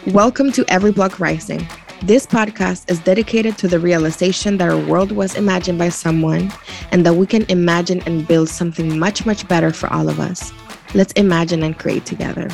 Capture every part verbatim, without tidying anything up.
Welcome to Every Block Rising. This podcast is dedicated to the realization that our world was imagined by someone and that we can imagine and build something much, much better for all of us. Let's imagine and create together.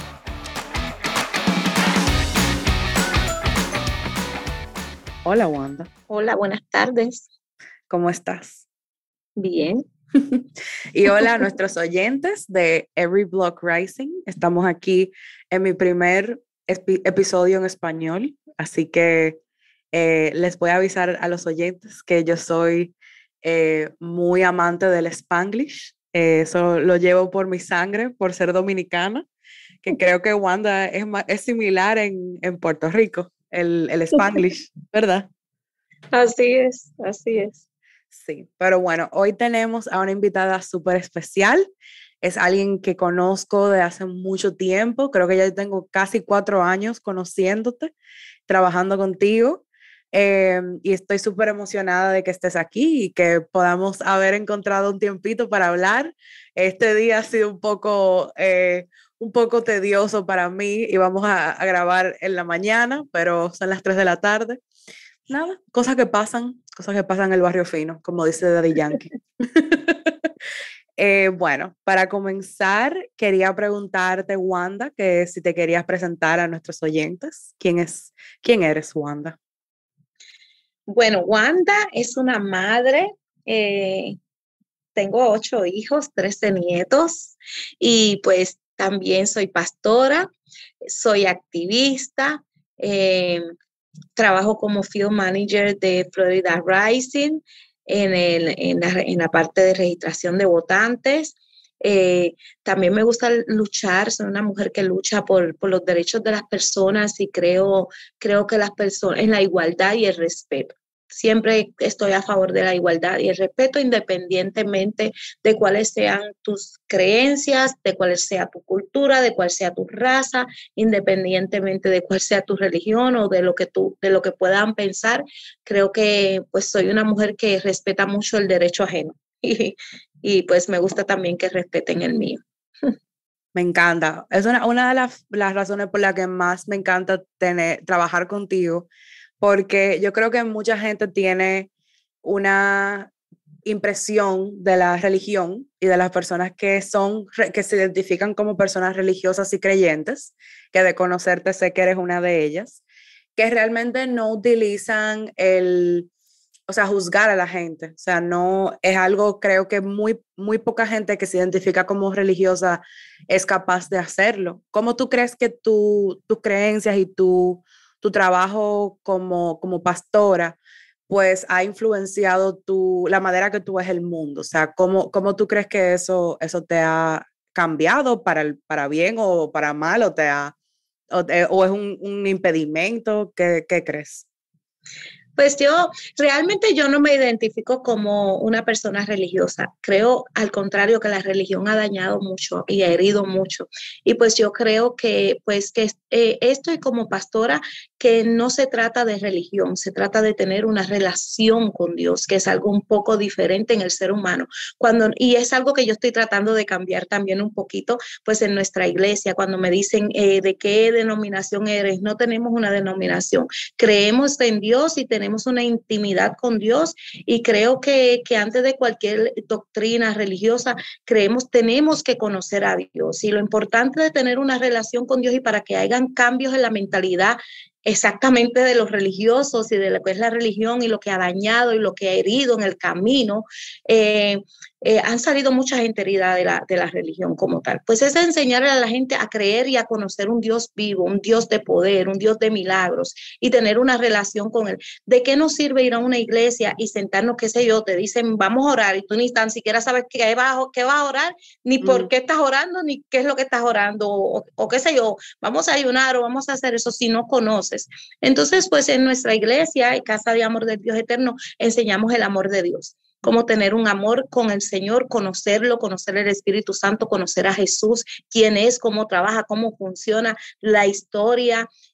Hola, Wanda. Hola, buenas tardes. ¿Cómo estás? Bien. Y hola a nuestros oyentes de Every Block Rising. Estamos aquí en mi primer epi- episodio en español, así que eh, les voy a avisar a los oyentes que yo soy eh, muy amante del Spanglish. Eh, eso lo llevo por mi sangre, por ser dominicana, que creo que Wanda es, ma- es similar en, en Puerto Rico, el, el Spanglish, ¿verdad? Así es, así es. Sí, pero bueno, hoy tenemos a una invitada súper especial. Es alguien que conozco de hace mucho tiempo. Creo que ya tengo casi cuatro años conociéndote, trabajando contigo. Eh, y estoy súper emocionada de que estés aquí y que podamos haber encontrado un tiempito para hablar. Este día ha sido un poco, eh, un poco tedioso para mí y vamos a, a grabar en la mañana, pero son las tres de la tarde. Nada, cosas que pasan, cosas que pasan en el barrio fino, como dice Daddy Yankee. eh, bueno, para comenzar, quería preguntarte, Wanda, que si te querías presentar a nuestros oyentes. ¿Quién es, quién eres, Wanda? Bueno, Wanda es una madre. eh, tengo ocho hijos, trece nietos y pues también soy pastora, soy activista. eh, Trabajo como Field Manager de Florida Rising en, el, en, la, en la parte de registración de votantes. Eh, también me gusta luchar, soy una mujer que lucha por, por los derechos de las personas y creo, creo que las personas, en la igualdad y el respeto. Siempre estoy a favor de la igualdad y el respeto independientemente de cuáles sean tus creencias, de cuál sea tu cultura, de cuál sea tu raza, independientemente de cuál sea tu religión o de lo que tú, de lo que puedan pensar. Creo que pues soy una mujer que respeta mucho el derecho ajeno y, y pues me gusta también que respeten el mío. Me encanta. Es una, una de las, las razones por las que más me encanta tener, trabajar contigo, porque yo creo que mucha gente tiene una impresión de la religión y de las personas que son, que se identifican como personas religiosas y creyentes, que de conocerte sé que eres una de ellas, que realmente no utilizan el, o sea, juzgar a la gente. O sea, no es algo, creo que muy, muy poca gente que se identifica como religiosa es capaz de hacerlo. ¿Cómo tú crees que tu, tus creencias y tu, tu trabajo como, como pastora pues ha influenciado tu, la manera que tú ves el mundo? O sea, ¿cómo, cómo tú crees que eso, eso te ha cambiado para, el, para bien o para mal o, te ha, o, te, o es un, un impedimento? ¿Qué, qué crees? Pues yo realmente yo no me identifico como una persona religiosa. Creo al contrario que la religión ha dañado mucho y ha herido mucho. Y pues yo creo que pues que eh, esto y como pastora que no se trata de religión, se trata de tener una relación con Dios, que es algo un poco diferente en el ser humano. Cuando y es algo que yo estoy tratando de cambiar también un poquito, pues en nuestra iglesia cuando me dicen eh, de qué denominación eres, no tenemos una denominación. Creemos en Dios y tenemos una intimidad con Dios y creo que, que antes de cualquier doctrina religiosa, creemos, tenemos que conocer a Dios y lo importante de tener una relación con Dios y para que hayan cambios en la mentalidad exactamente de los religiosos y de lo que es la religión y lo que ha dañado y lo que ha herido en el camino, eh, eh, han salido mucha gente herida de la, de la religión como tal. Pues es enseñarle a la gente a creer y a conocer un Dios vivo, un Dios de poder, un Dios de milagros y tener una relación con Él. ¿De qué nos sirve ir a una iglesia y sentarnos, qué sé yo, te dicen vamos a orar y tú ni tan siquiera sabes qué vas, qué vas a orar, ni por Mm. qué estás orando, ni qué es lo que estás orando, o, o qué sé yo, vamos a ayunar o vamos a hacer eso si no conoces? Entonces, pues en nuestra iglesia y Casa de Amor del Dios Eterno enseñamos el amor de Dios, cómo tener un amor con el Señor, conocerlo, conocer el Espíritu Santo, conocer a Jesús, quién es, cómo trabaja, cómo funciona la historia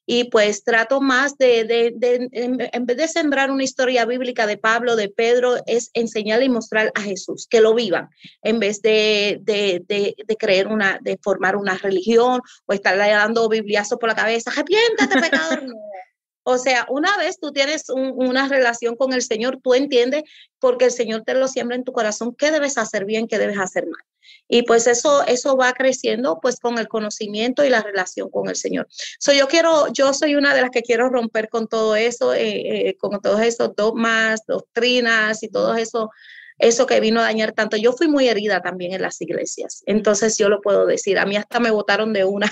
y pues trato más de, de, de en, en vez de sembrar una historia bíblica de Pablo, de Pedro, es enseñar y mostrar a Jesús, que lo vivan, en vez de, de, de, de creer una, de formar una religión o estarle dando bibliazo por la cabeza, arrepiéntate, pecador, no. O sea, una vez tú tienes un, una relación con el Señor, tú entiendes, porque el Señor te lo siembra en tu corazón, qué debes hacer bien, qué debes hacer mal. Y pues eso, eso va creciendo pues con el conocimiento y la relación con el Señor. So, yo quiero, yo soy una de las que quiero romper con todo eso, eh, eh, con todos esos dogmas, doctrinas y todo eso, eso que vino a dañar tanto. Yo fui muy herida también en las iglesias, entonces yo lo puedo decir, a mí hasta me botaron de una.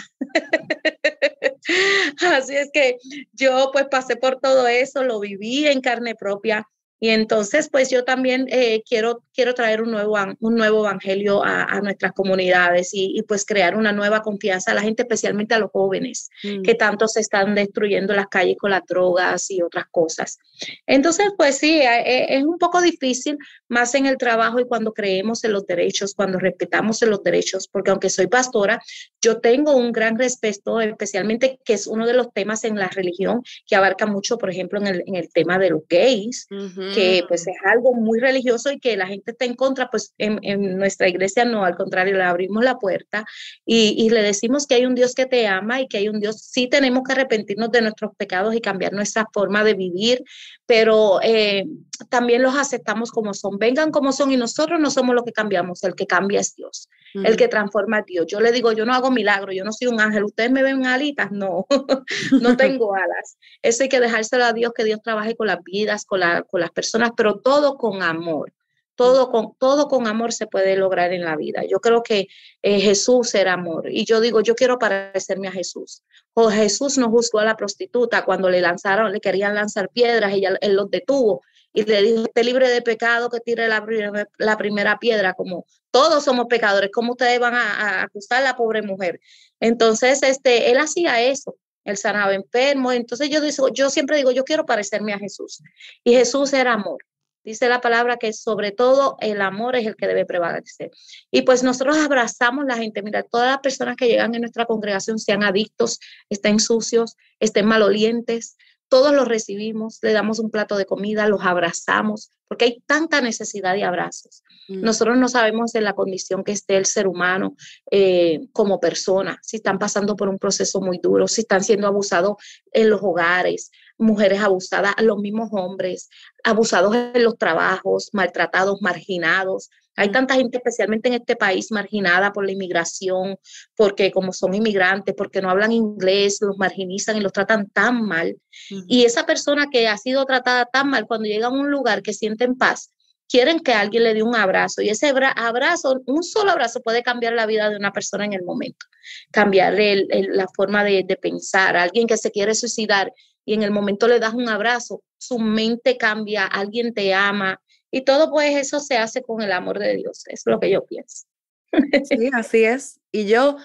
Así es que yo pues pasé por todo eso, lo viví en carne propia y entonces pues yo también eh, quiero, quiero traer un nuevo, un nuevo evangelio a, a nuestras comunidades y, y pues crear una nueva confianza a la gente, especialmente a los jóvenes mm. que tanto se están destruyendo las calles con las drogas y otras cosas. Entonces pues sí, es, es un poco difícil más en el trabajo y cuando creemos en los derechos, cuando respetamos en los derechos, porque aunque soy pastora, yo tengo un gran respeto, especialmente que es uno de los temas en la religión que abarca mucho, por ejemplo, en el, en el tema de los gays, uh-huh. que pues es algo muy religioso y que la gente está en contra, pues en, en nuestra iglesia no, al contrario, le abrimos la puerta y, y le decimos que hay un Dios que te ama y que hay un Dios, sí tenemos que arrepentirnos de nuestros pecados y cambiar nuestra forma de vivir, pero eh, también los aceptamos como son, vengan como son y nosotros no somos los que cambiamos, el que cambia es Dios, uh-huh. el que transforma es Dios. Yo le digo, yo no hago milagro, yo no soy un ángel, ustedes me ven alitas, no, no tengo alas. Eso hay que dejárselo a Dios, que Dios trabaje con las vidas, con, la, con las personas, pero todo con amor. Todo con, todo con amor se puede lograr en la vida. Yo creo que eh, Jesús era amor. Y yo digo, yo quiero parecerme a Jesús. O Jesús no juzgó a la prostituta cuando le lanzaron, le querían lanzar piedras, y ella, él los detuvo y le dijo, esté libre de pecado, que tire la, la primera piedra, como todos somos pecadores, ¿cómo ustedes van a, a acusar a la pobre mujer? Entonces, este, él hacía eso. Él sanaba enfermos. Entonces yo, digo, yo siempre digo, yo quiero parecerme a Jesús. Y Jesús era amor. Dice la palabra que sobre todo el amor es el que debe prevalecer. Y pues nosotros abrazamos a la gente. Mira, todas las personas que llegan en nuestra congregación, sean adictos, estén sucios, estén malolientes, todos los recibimos, le damos un plato de comida, los abrazamos, porque hay tanta necesidad de abrazos. Mm. Nosotros no sabemos en la condición que esté el ser humano eh, como persona, si están pasando por un proceso muy duro, si están siendo abusados en los hogares, mujeres abusadas, los mismos hombres, abusados en los trabajos, maltratados, marginados. Hay tanta gente, especialmente en este país, marginada por la inmigración, porque como son inmigrantes, porque no hablan inglés, los marginizan y los tratan tan mal. Uh-huh. Y esa persona que ha sido tratada tan mal, cuando llega a un lugar que sienten paz, quieren que alguien le dé un abrazo. Y ese abrazo, un solo abrazo puede cambiar la vida de una persona en el momento. Cambiarle el, el, la forma de, de pensar. A alguien que se quiere suicidar y en el momento le das un abrazo, su mente cambia, alguien te ama. Y todo pues eso se hace con el amor de Dios, es lo que yo pienso. Sí, así es. Y yo,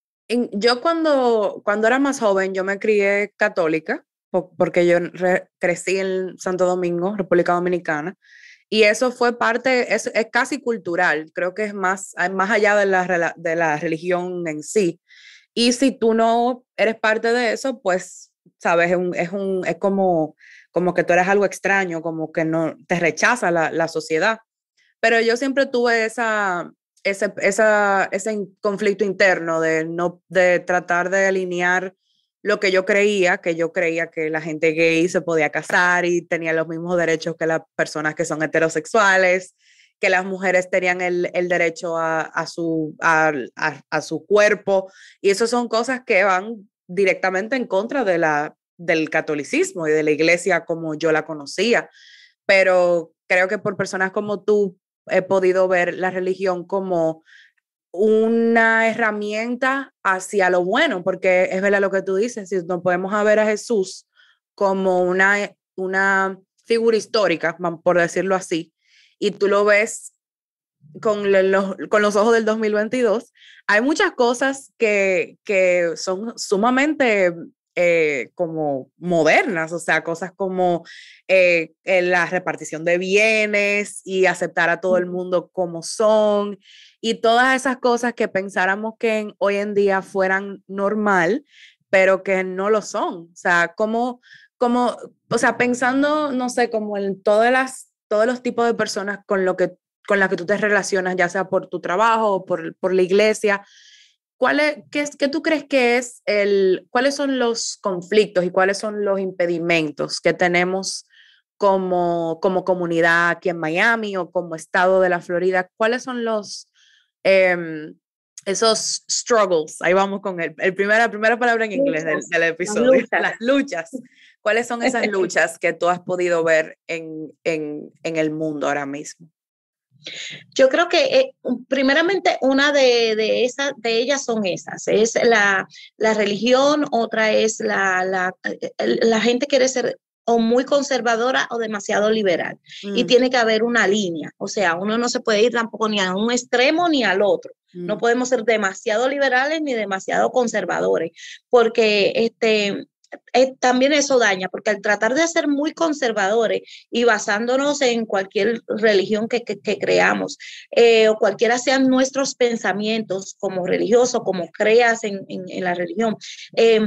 yo cuando, cuando era más joven, yo me crié católica, porque yo re, crecí en Santo Domingo, República Dominicana, y eso fue parte, es, es casi cultural, creo que es más, más allá de la, de la religión en sí. Y si tú no eres parte de eso, pues, sabes, es, un, es, un, es como... como que tú eres algo extraño, como que no te rechaza la, la sociedad. Pero yo siempre tuve esa, ese, esa, ese conflicto interno de, no, de tratar de alinear lo que yo creía, que yo creía que la gente gay se podía casar y tenía los mismos derechos que las personas que son heterosexuales, que las mujeres tenían el, el derecho a, a, su, a, a, a su cuerpo. Y eso son cosas que van directamente en contra de la del catolicismo y de la iglesia como yo la conocía, pero creo que por personas como tú he podido ver la religión como una herramienta hacia lo bueno, porque es verdad lo que tú dices, si no podemos ver a Jesús como una, una figura histórica, por decirlo así, y tú lo ves con los, con los ojos del dos mil veintidós, hay muchas cosas que, que son sumamente Eh, como modernas, o sea, cosas como eh, la repartición de bienes y aceptar a todo el mundo como son y todas esas cosas que pensáramos que en, hoy en día fueran normal, pero que no lo son. O sea, como, como, o sea, pensando, no sé, como en todas las, todos los tipos de personas con, lo que, con las que tú te relacionas, ya sea por tu trabajo o por, por la iglesia, ¿cuál es, qué, es, ¿qué tú crees que es el, cuáles son los conflictos y cuáles son los impedimentos que tenemos como, como comunidad aquí en Miami o como estado de la Florida? ¿Cuáles son los, eh, esos struggles? Ahí vamos con el, el primer, la primera palabra en inglés del, del episodio. Luchas. Las luchas. ¿Cuáles son esas luchas que tú has podido ver en, en, en el mundo ahora mismo? Yo creo que eh, primeramente una de, de, esas, de ellas son esas, es la, la religión, otra es la, la, la gente quiere ser o muy conservadora o demasiado liberal, mm. y tiene que haber una línea, o sea, uno no se puede ir tampoco ni a un extremo ni al otro, mm. no podemos ser demasiado liberales ni demasiado conservadores, porque este... Eh, también eso daña, porque al tratar de ser muy conservadores y basándonos en cualquier religión que, que, que creamos, eh, o cualquiera sean nuestros pensamientos como religiosos, como creas en, en, en la religión, eh,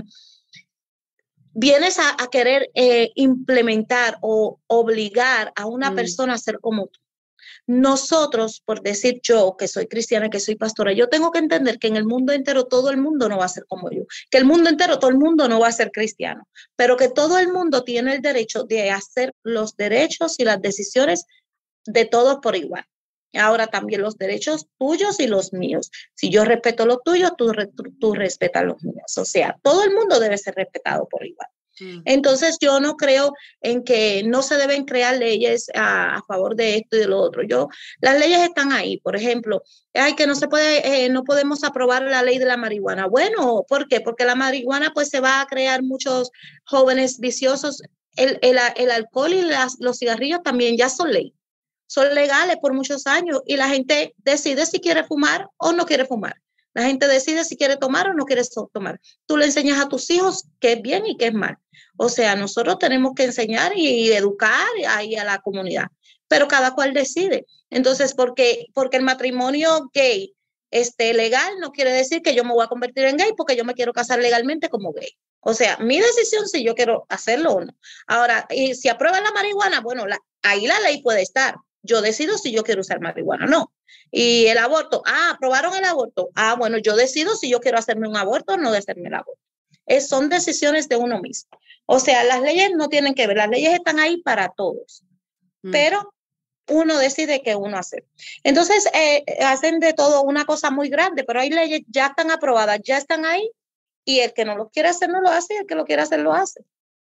vienes a, a querer eh, implementar o obligar a una mm. persona a ser como tú. Nosotros, por decir yo, que soy cristiana, que soy pastora, yo tengo que entender que en el mundo entero todo el mundo no va a ser como yo, que el mundo entero todo el mundo no va a ser cristiano, pero que todo el mundo tiene el derecho de hacer los derechos y las decisiones de todos por igual. Ahora también los derechos tuyos y los míos. Si yo respeto los tuyos, tú, tú, tú respetas los míos. O sea, todo el mundo debe ser respetado por igual. Entonces yo no creo en que no se deben crear leyes a, a favor de esto y de lo otro. Yo, las leyes están ahí. Por ejemplo, ay, que no se puede, eh, no podemos aprobar la ley de la marihuana. Bueno, ¿por qué? Porque la marihuana pues se va a crear muchos jóvenes viciosos. El, el, el alcohol y las, los cigarrillos también ya son ley. Son legales por muchos años y la gente decide si quiere fumar o no quiere fumar. La gente decide si quiere tomar o no quiere tomar. Tú le enseñas a tus hijos qué es bien y qué es mal. O sea, nosotros tenemos que enseñar y educar ahí a la comunidad, pero cada cual decide. Entonces, porque, porque el matrimonio gay esté legal no quiere decir que yo me voy a convertir en gay porque yo me quiero casar legalmente como gay. O sea, mi decisión si yo quiero hacerlo o no. Ahora, y si aprueban la marihuana, bueno, la, ahí la ley puede estar. Yo decido si yo quiero usar marihuana o no. Y el aborto, ah, aprobaron el aborto. Ah, bueno, yo decido si yo quiero hacerme un aborto o no de hacerme el aborto. Es, son decisiones de uno mismo. O sea, las leyes no tienen que ver, las leyes están ahí para todos, mm. pero uno decide qué uno hace. Entonces, eh, hacen de todo una cosa muy grande, pero hay leyes ya están aprobadas, ya están ahí, y el que no lo quiere hacer no lo hace, y el que lo quiere hacer lo hace.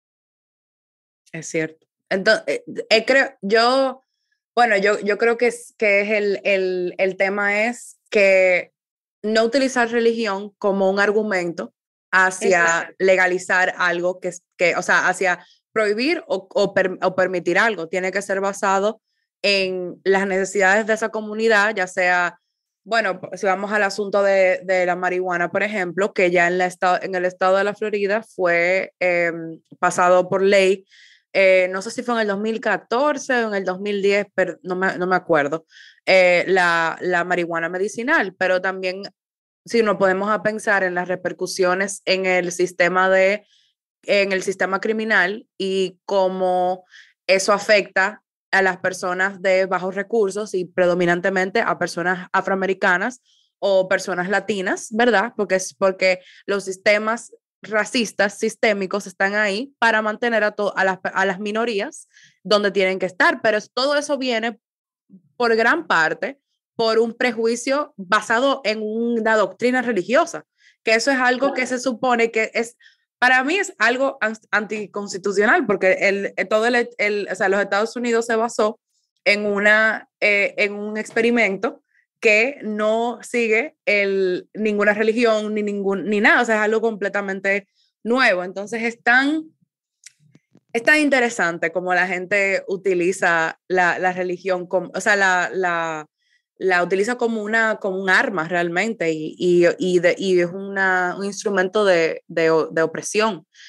Es cierto. Entonces, eh, creo, yo... Bueno, yo, yo creo que, es, que es el, el, el tema es que no utilizar religión como un argumento hacia Exacto. legalizar algo que, que, o sea, hacia prohibir o, o, per, o permitir algo. Tiene que ser basado en las necesidades de esa comunidad, ya sea, bueno, si vamos al asunto de, de la marihuana, por ejemplo, que ya en, la estado, en el estado de la Florida fue eh, pasado por ley. Eh, no sé si fue en el dos mil catorce o en el dos mil diez, pero no me, no me acuerdo, eh, la, la marihuana medicinal, pero también si nos podemos a pensar en las repercusiones en el sistema de, en el sistema criminal y cómo eso afecta a las personas de bajos recursos y predominantemente a personas afroamericanas o personas latinas, ¿verdad? Porque es porque los sistemas racistas sistémicos están ahí para mantener a, to a, las, a las minorías donde tienen que estar, pero todo eso viene por gran parte por un prejuicio basado en una doctrina religiosa, que eso es algo que se supone que es, para mí es algo anticonstitucional, porque el, todo el, el, o sea, los Estados Unidos se basó en, una, eh, en un experimento que no sigue el, ninguna religión ni, ningún, ni nada, o sea, es algo completamente nuevo. Entonces es tan, es tan interesante como la gente utiliza la, la religión, como, o sea, la, la, la utiliza como, una, como un arma realmente y, y, y, de, y es una, un instrumento de, de, de opresión.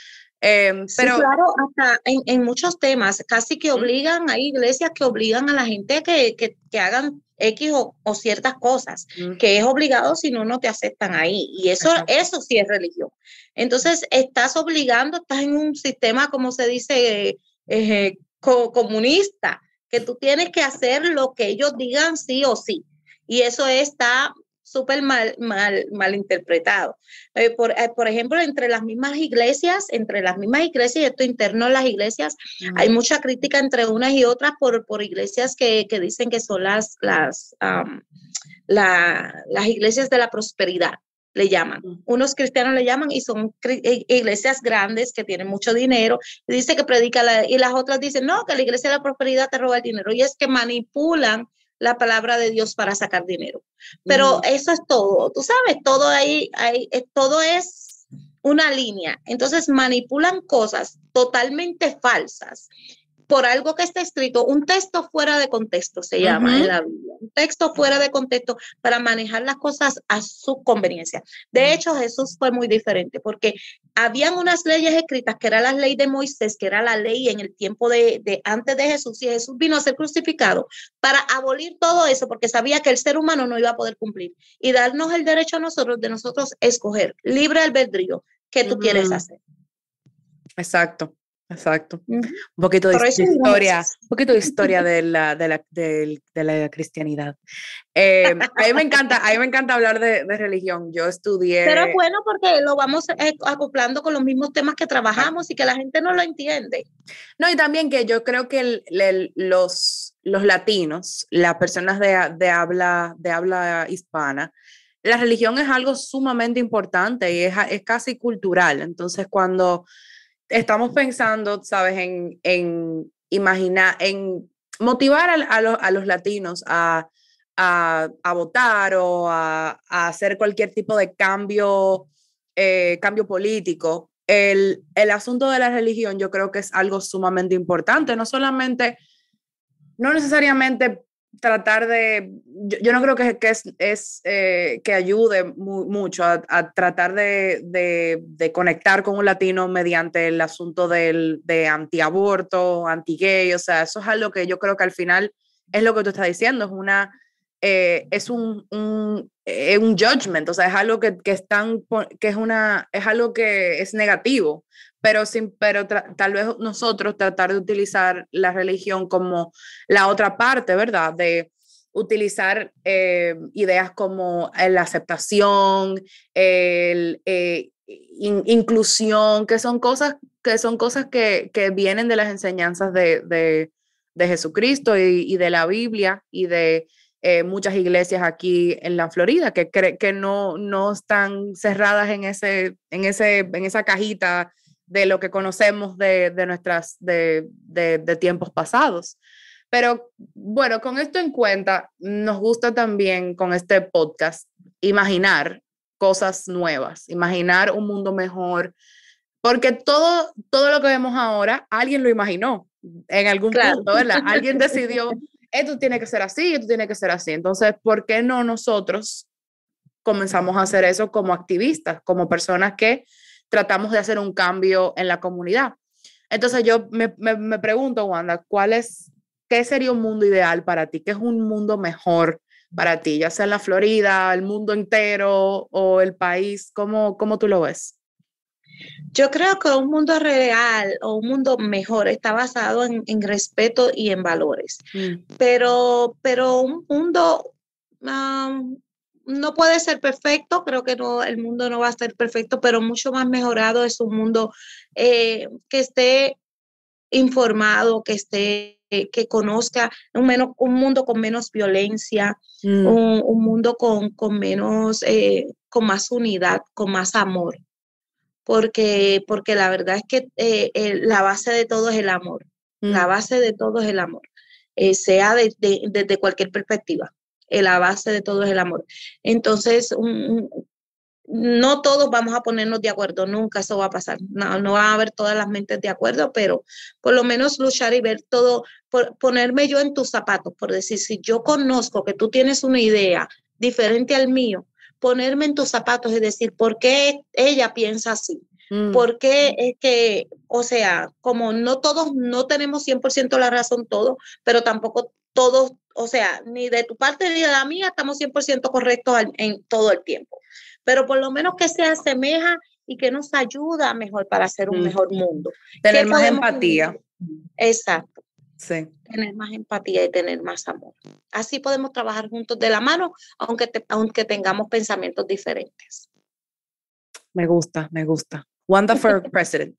Eh, Sí, pero claro, hasta en, en muchos temas, casi que obligan, hay iglesias que obligan a la gente que, que, que hagan X o, o ciertas cosas, mm, que es obligado, si no, no te aceptan ahí. Y eso, exacto. eso sí es religión. Entonces, estás obligando, estás en un sistema, como se dice, eh, co- comunista, que tú tienes que hacer lo que ellos digan sí o sí. Y eso está súper mal, mal, mal interpretado. Eh, por, eh, por ejemplo, entre las mismas iglesias, entre las mismas iglesias, y esto interno en las iglesias, Mm, hay mucha crítica entre unas y otras por, por iglesias que, que dicen que son las, las, um, la, las iglesias de la prosperidad, le llaman. mm, Unos cristianos le llaman y son iglesias grandes que tienen mucho dinero, y dice que predica, la, y las otras dicen, no, que la iglesia de la prosperidad te roba el dinero, y es que manipulan la palabra de Dios para sacar dinero. Pero mm. eso es todo, tú sabes, todo ahí, ahí todo es una línea. Entonces manipulan cosas totalmente falsas por algo que está escrito, un texto fuera de contexto se llama en Ujú. la Biblia, un texto fuera de contexto para manejar las cosas a su conveniencia. De hecho, Jesús fue muy diferente porque habían unas leyes escritas que era la ley de Moisés, que era la ley en el tiempo de, de antes de Jesús, y Jesús vino a ser crucificado para abolir todo eso porque sabía que el ser humano no iba a poder cumplir y darnos el derecho a nosotros de nosotros escoger libre albedrío qué tú quieres Mm, hacer. exacto, exacto. Uh -huh. Un poquito de, Por eso de digo historia, Jesús. un poquito de historia de la, de la, de, de la cristianidad. Eh, a mí me encanta, a mí me encanta hablar de, de religión. Yo Pero es estudié. bueno porque lo vamos eh, acoplando con los mismos temas que trabajamos y que la gente no lo entiende. No, y también que yo creo que el, el, los, los latinos, las personas de, de, habla, de habla hispana, la religión es algo sumamente importante y es, es casi cultural. Entonces, cuando estamos pensando, ¿sabes?, en, en imaginar, en motivar a, a, los, a los latinos a, a, a votar o a, a hacer cualquier tipo de cambio, eh, cambio político, el, el asunto de la religión yo creo que es algo sumamente importante, no solamente, no necesariamente tratar de, yo, yo no creo que, que es, es eh, que ayude mu mucho a, a tratar de, de, de conectar con un latino mediante el asunto del, de antiaborto, anti-gay, o sea, eso es algo que yo creo que al final es lo que tú estás diciendo, es una, eh, es un, un, eh, un judgment, o sea, es algo que, que, están, que es, una, es algo que es negativo, pero, sin, pero tal vez nosotros tratar de utilizar la religión como la otra parte, ¿verdad? De utilizar eh, ideas como la aceptación, el, eh, in, inclusión, que son cosas que, son cosas que, que vienen de las enseñanzas de, de, de Jesucristo y, y de la Biblia y de eh, muchas iglesias aquí en la Florida que, que no, no están cerradas en, ese, en, ese, en esa cajita de lo que conocemos de, de nuestras, de, de, de tiempos pasados. Pero bueno, con esto en cuenta, nos gusta también con este podcast imaginar cosas nuevas, imaginar un mundo mejor, porque todo, todo lo que vemos ahora, alguien lo imaginó en algún Claro. punto, ¿verdad? Alguien decidió, esto tiene que ser así, esto tiene que ser así. Entonces, ¿por qué no nosotros comenzamos a hacer eso como activistas, como personas que tratamos de hacer un cambio en la comunidad? Entonces yo me, me, me pregunto, Wanda, ¿cuál es, qué sería un mundo ideal para ti? ¿Qué es un mundo mejor para ti? Ya sea en la Florida, el mundo entero o el país, ¿cómo, cómo tú lo ves? Yo creo que un mundo real o un mundo mejor está basado en, en respeto y en valores. Mm. Pero, pero un mundo um, no puede ser perfecto, creo que no, el mundo no va a ser perfecto, pero mucho más mejorado es un mundo eh, que esté informado, que esté, que conozca un, menos, un mundo con menos violencia, mm. un, un mundo con, con menos, eh, con más unidad, con más amor. Porque, porque la verdad es que eh, eh, la base de todo es el amor. Mm. La base de todo es el amor, eh, sea desde de, de cualquier perspectiva. Eh, la base de todo es el amor. Entonces, un, no todos vamos a ponernos de acuerdo, nunca eso va a pasar. No, no van a haber todas las mentes de acuerdo, pero por lo menos luchar y ver todo, por, ponerme yo en tus zapatos, por decir, si yo conozco que tú tienes una idea diferente al mío, ponerme en tus zapatos y decir, ¿por qué ella piensa así? Mm. Porque es que, o sea, como no todos, no tenemos cien por ciento la razón todos, pero tampoco todos, o sea, ni de tu parte ni de la mía estamos cien por ciento correctos al- en todo el tiempo. Pero por lo menos que se asemeja y que nos ayuda mejor para hacer un Mm. mejor mundo. Tener ¿Qué más podemos empatía. hacer? Exacto, Sí. tener más empatía y tener más amor. Así podemos trabajar juntos de la mano, aunque, te- aunque tengamos pensamientos diferentes. Me gusta, me gusta. Wanda for president.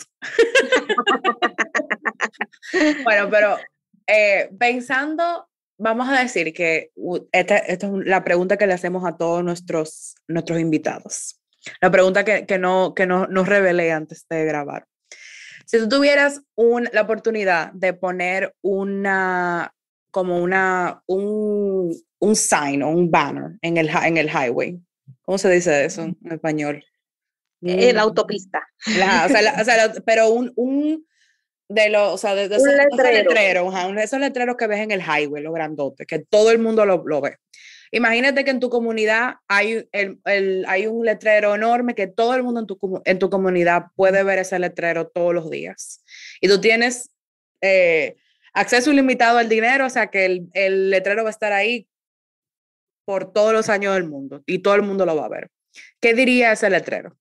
Bueno, pero eh, pensando, vamos a decir que uh, esta, esta es la pregunta que le hacemos a todos nuestros, nuestros invitados. La pregunta que, que, no, que no, nos revelé antes de grabar. Si tú tuvieras un, la oportunidad de poner una, como una, un, un sign o un banner en el, en el highway, ¿cómo se dice eso en español? En la autopista. La, o sea, la, o sea, la, pero un, un de los, o sea, de, de Un esos, letrero. esos letreros, ajá, esos letreros que ves en el highway, los grandotes, que todo el mundo lo, lo ve. Imagínate que en tu comunidad hay, el, el, hay un letrero enorme que todo el mundo en tu, en tu comunidad puede ver ese letrero todos los días. Y tú tienes eh, acceso ilimitado al dinero, o sea que el, el letrero va a estar ahí por todos los años del mundo y todo el mundo lo va a ver. ¿Qué diría ese letrero?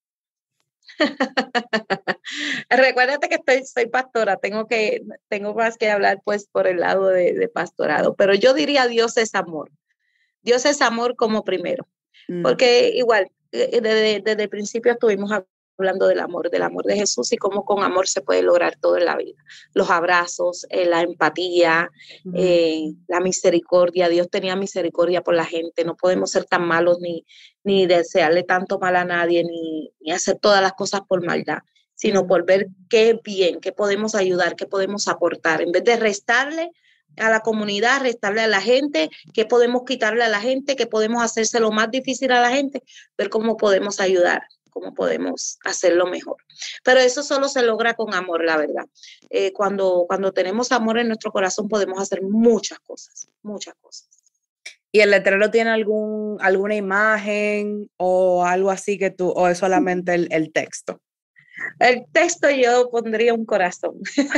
Recuérdate que estoy, soy pastora, tengo, que, tengo más que hablar pues por el lado de, de pastorado, pero yo diría Dios es amor. Dios es amor como primero, Mm. porque igual, eh, desde, desde el principio estuvimos hablando del amor, del amor de Jesús y cómo con amor se puede lograr todo en la vida. Los abrazos, eh, la empatía, Mm. eh, la misericordia. Dios tenía misericordia por la gente. No podemos ser tan malos ni, ni desearle tanto mal a nadie, ni, ni hacer todas las cosas por maldad, sino Mm. por ver qué bien, qué podemos ayudar, qué podemos aportar. En vez de restarle a la comunidad, restarle a la gente, qué podemos quitarle a la gente, qué podemos hacérselo más difícil a la gente, ver cómo podemos ayudar, cómo podemos hacerlo mejor. Pero eso solo se logra con amor, la verdad. Eh, cuando, cuando tenemos amor en nuestro corazón podemos hacer muchas cosas, muchas cosas. ¿Y el letrero tiene algún, alguna imagen o algo así que tú, o es solamente el, el texto? El texto yo pondría un corazón.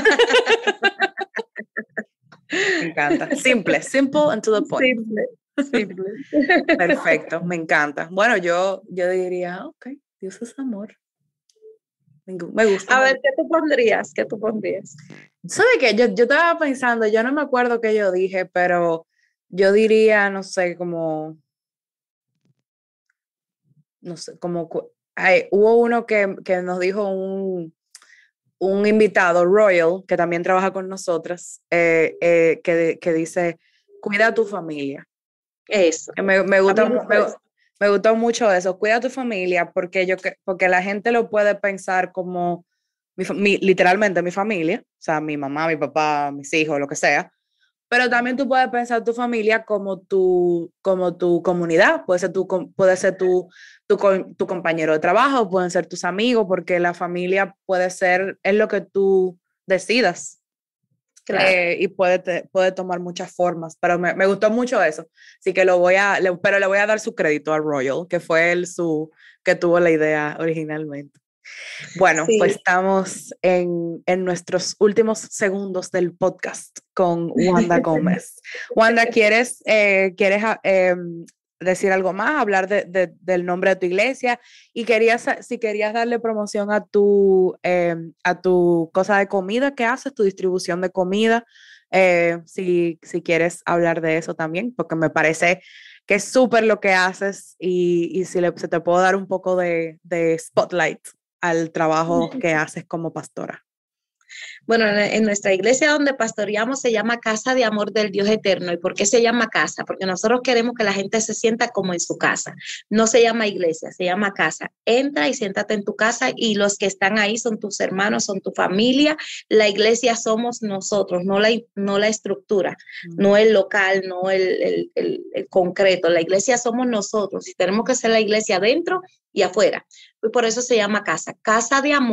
Me encanta. Simple, simple and to the point. Simple, simple. Perfecto, me encanta. Bueno, yo, yo diría, ok, Dios es amor. Me gusta. A ver, ¿qué tú pondrías? ¿Qué tú pondrías? ¿Sabe qué? Yo, yo estaba pensando, yo no me acuerdo qué yo dije, pero yo diría, no sé, como, no sé, como, ay, hubo uno que, que nos dijo un, un invitado, Royal, que también trabaja con nosotras, eh, eh, que, que dice, cuida a tu familia. Eso. Me, me, gusta, me, me, me gustó mucho eso, cuida a tu familia, porque, yo, porque la gente lo puede pensar como, mi, mi, literalmente mi familia, o sea, mi mamá, mi papá, mis hijos, lo que sea, pero también tú puedes pensar tu familia como tu, como tu comunidad, puede ser, tu, puede ser tu, tu, tu compañero de trabajo, pueden ser tus amigos, porque la familia puede ser, es lo que tú decidas. Claro. Eh, y puede, te, puede tomar muchas formas, pero me, me gustó mucho eso, así que lo voy a, le, pero le voy a dar su crédito a Royal, que fue él su, que tuvo la idea originalmente. Bueno, sí. Pues estamos en, en nuestros últimos segundos del podcast con Wanda Gómez. Wanda, ¿quieres, eh, ¿quieres eh, decir algo más? Hablar de, de, del nombre de tu iglesia, y querías, si querías darle promoción a tu, eh, a tu cosa de comida que haces, tu distribución de comida, eh, si, si quieres hablar de eso también, porque me parece que es súper lo que haces, y, y si le, se te puedo dar un poco de, de spotlight al trabajo que haces como pastora. Bueno, en nuestra iglesia donde pastoreamos se llama Casa de Amor del Dios Eterno. ¿Y por qué se llama casa? Porque nosotros queremos que la gente se sienta como en su casa. No se llama iglesia, se llama casa. Entra y siéntate en tu casa, y los que están ahí son tus hermanos, son tu familia. La iglesia somos nosotros, no la, no la estructura, mm. no el local, no el, el, el, el concreto. La iglesia somos nosotros, y tenemos que ser la iglesia adentro y afuera. Y por eso se llama casa. Casa de Amor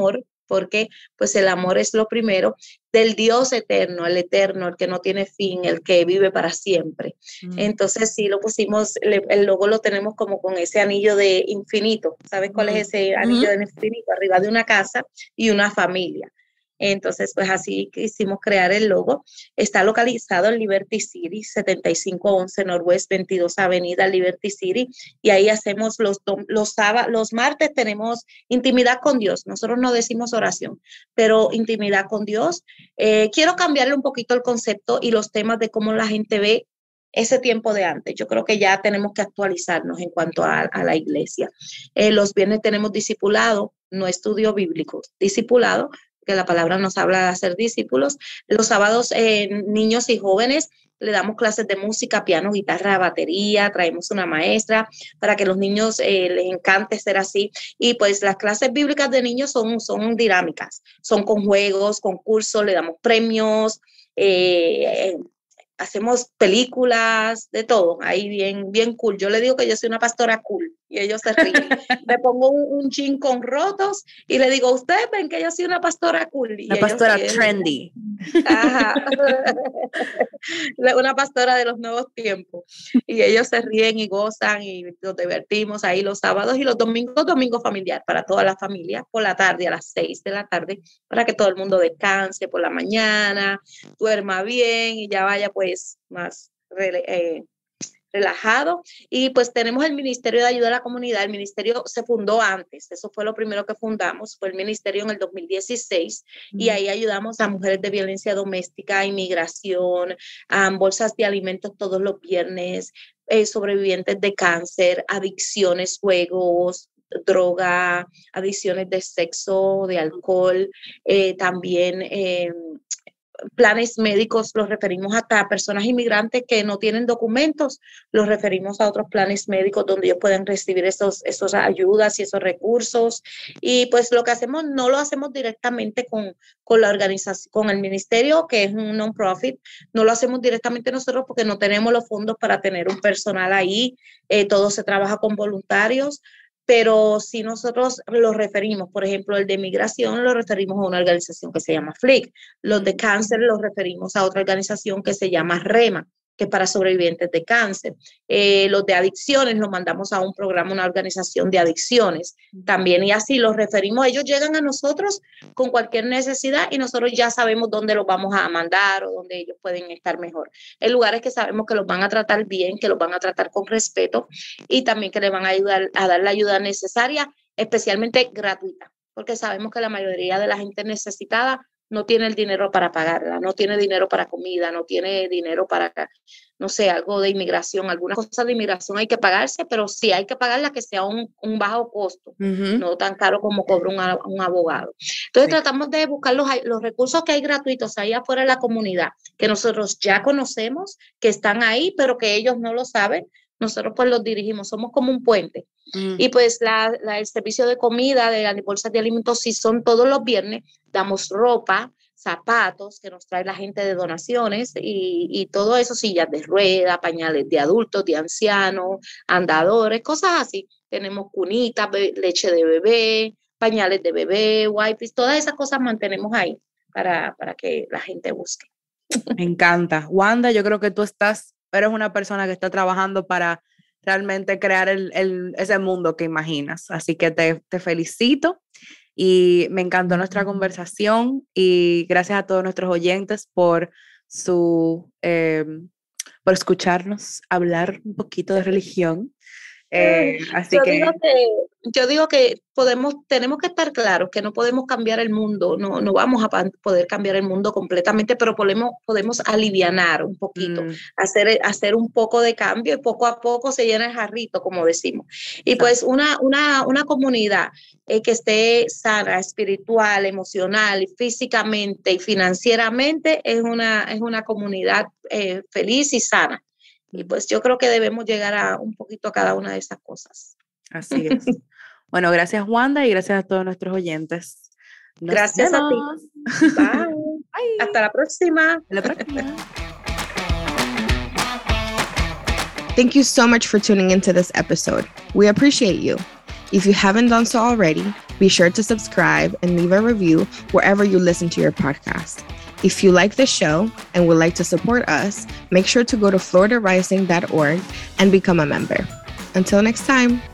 porque pues el amor es lo primero, del Dios eterno, el eterno, el que no tiene fin, el que vive para siempre. Mm. Entonces sí lo pusimos, le, el logo lo tenemos como con ese anillo de infinito. ¿Sabes cuál mm. es ese anillo mm. de infinito? Arriba de una casa y una familia. Entonces, pues así quisimos crear el logo. Está localizado en Liberty City, setenta y cinco once Northwest veintidós Avenida Liberty City, y ahí hacemos los, los sábados, los martes tenemos intimidad con Dios. Nosotros no decimos oración, pero intimidad con Dios. Eh, quiero cambiarle un poquito el concepto y los temas de cómo la gente ve ese tiempo de antes. Yo creo que ya tenemos que actualizarnos en cuanto a, a la iglesia. Eh, los viernes tenemos discipulado, no estudio bíblico, discipulado, que la palabra nos habla de hacer discípulos. Los sábados, eh, niños y jóvenes, le damos clases de música, piano, guitarra, batería, traemos una maestra para que los niños eh, les encante ser así. Y pues las clases bíblicas de niños son, son dinámicas, son con juegos, concursos, le damos premios, eh, hacemos películas, de todo, ahí bien, bien cool. Yo le digo que yo soy una pastora cool y ellos se ríen. Me pongo un, un jean con rotos y le digo, ustedes ven que yo soy una pastora cool. Y una pastora ellos, trendy. Ajá. Una pastora de los nuevos tiempos. Y ellos se ríen y gozan y nos divertimos ahí los sábados y los domingos, domingo familiar para toda la familia, por la tarde a las seis de la tarde, para que todo el mundo descanse por la mañana, duerma bien y ya vaya pues más eh, relajado. Y pues tenemos el Ministerio de Ayuda a la Comunidad. El ministerio se fundó antes, eso fue lo primero que fundamos, fue el ministerio en el dos mil dieciséis, mm. y ahí ayudamos a mujeres de violencia doméstica, inmigración, a bolsas de alimentos todos los viernes, eh, sobrevivientes de cáncer, adicciones, juegos, droga, adicciones de sexo, de alcohol, eh, también eh, planes médicos, los referimos hasta a personas inmigrantes que no tienen documentos, los referimos a otros planes médicos donde ellos pueden recibir esos, esos ayudas y esos recursos. Y pues lo que hacemos no lo hacemos directamente con, con la organización, con el ministerio, que es un non-profit, no lo hacemos directamente nosotros porque no tenemos los fondos para tener un personal ahí, eh, todo se trabaja con voluntarios. Pero si nosotros los referimos, por ejemplo, el de migración lo referimos a una organización que se llama F L I C, los de cáncer los referimos a otra organización que se llama REMA, que es para sobrevivientes de cáncer. Eh, los de adicciones los mandamos a un programa, una organización de adicciones también, y así los referimos. Ellos llegan a nosotros con cualquier necesidad y nosotros ya sabemos dónde los vamos a mandar o dónde ellos pueden estar mejor. En lugares que sabemos que los van a tratar bien, que los van a tratar con respeto y también que les van a ayudar a dar la ayuda necesaria, especialmente gratuita, porque sabemos que la mayoría de la gente necesitada no tiene el dinero para pagarla, no tiene dinero para comida, no tiene dinero para, no sé, algo de inmigración, algunas cosas de inmigración hay que pagarse, pero sí hay que pagarla que sea un, un bajo costo, uh-huh. no tan caro como cobra un, un abogado. Entonces sí. tratamos de buscar los, los recursos que hay gratuitos ahí afuera de la comunidad, que nosotros ya conocemos, que están ahí, pero que ellos no lo saben. Nosotros pues los dirigimos, somos como un puente. Mm. Y pues la, la, el servicio de comida, de las bolsas de alimentos, sí son todos los viernes, damos ropa, zapatos que nos trae la gente de donaciones y, y todo eso, sillas de rueda, pañales de adultos, de ancianos, andadores, cosas así. Tenemos cunitas, be- leche de bebé, pañales de bebé, wipes, todas esas cosas mantenemos ahí para, para que la gente busque. Me encanta. Wanda, yo creo que tú estás... eres una persona que está trabajando para realmente crear el, el, ese mundo que imaginas. Así que te, te felicito y me encantó nuestra conversación y gracias a todos nuestros oyentes por, su, eh, por escucharnos hablar un poquito de religión. Eh, así yo, que... Digo que, yo digo que podemos, tenemos que estar claros que no podemos cambiar el mundo, no, no vamos a poder cambiar el mundo completamente, pero podemos, podemos alivianar un poquito, mm. hacer, hacer un poco de cambio y poco a poco se llena el jarrito, como decimos. Y Exacto. pues una, una, una comunidad eh, que esté sana, espiritual, emocional, físicamente y financieramente es una, es una comunidad eh, feliz y sana. Y pues yo creo que debemos llegar a un poquito a cada una de esas cosas. Así es. Bueno, gracias Wanda y gracias a todos nuestros oyentes. Nos gracias vemos. A ti. Bye. Bye. Hasta la próxima. Hasta la próxima. Thank you so much for tuning into this episode. We appreciate you. If you haven't done so already, Be sure to subscribe and leave a review wherever you listen to your podcast. If you like the show and would like to support us, make sure to go to florida rising dot org and become a member. Until next time.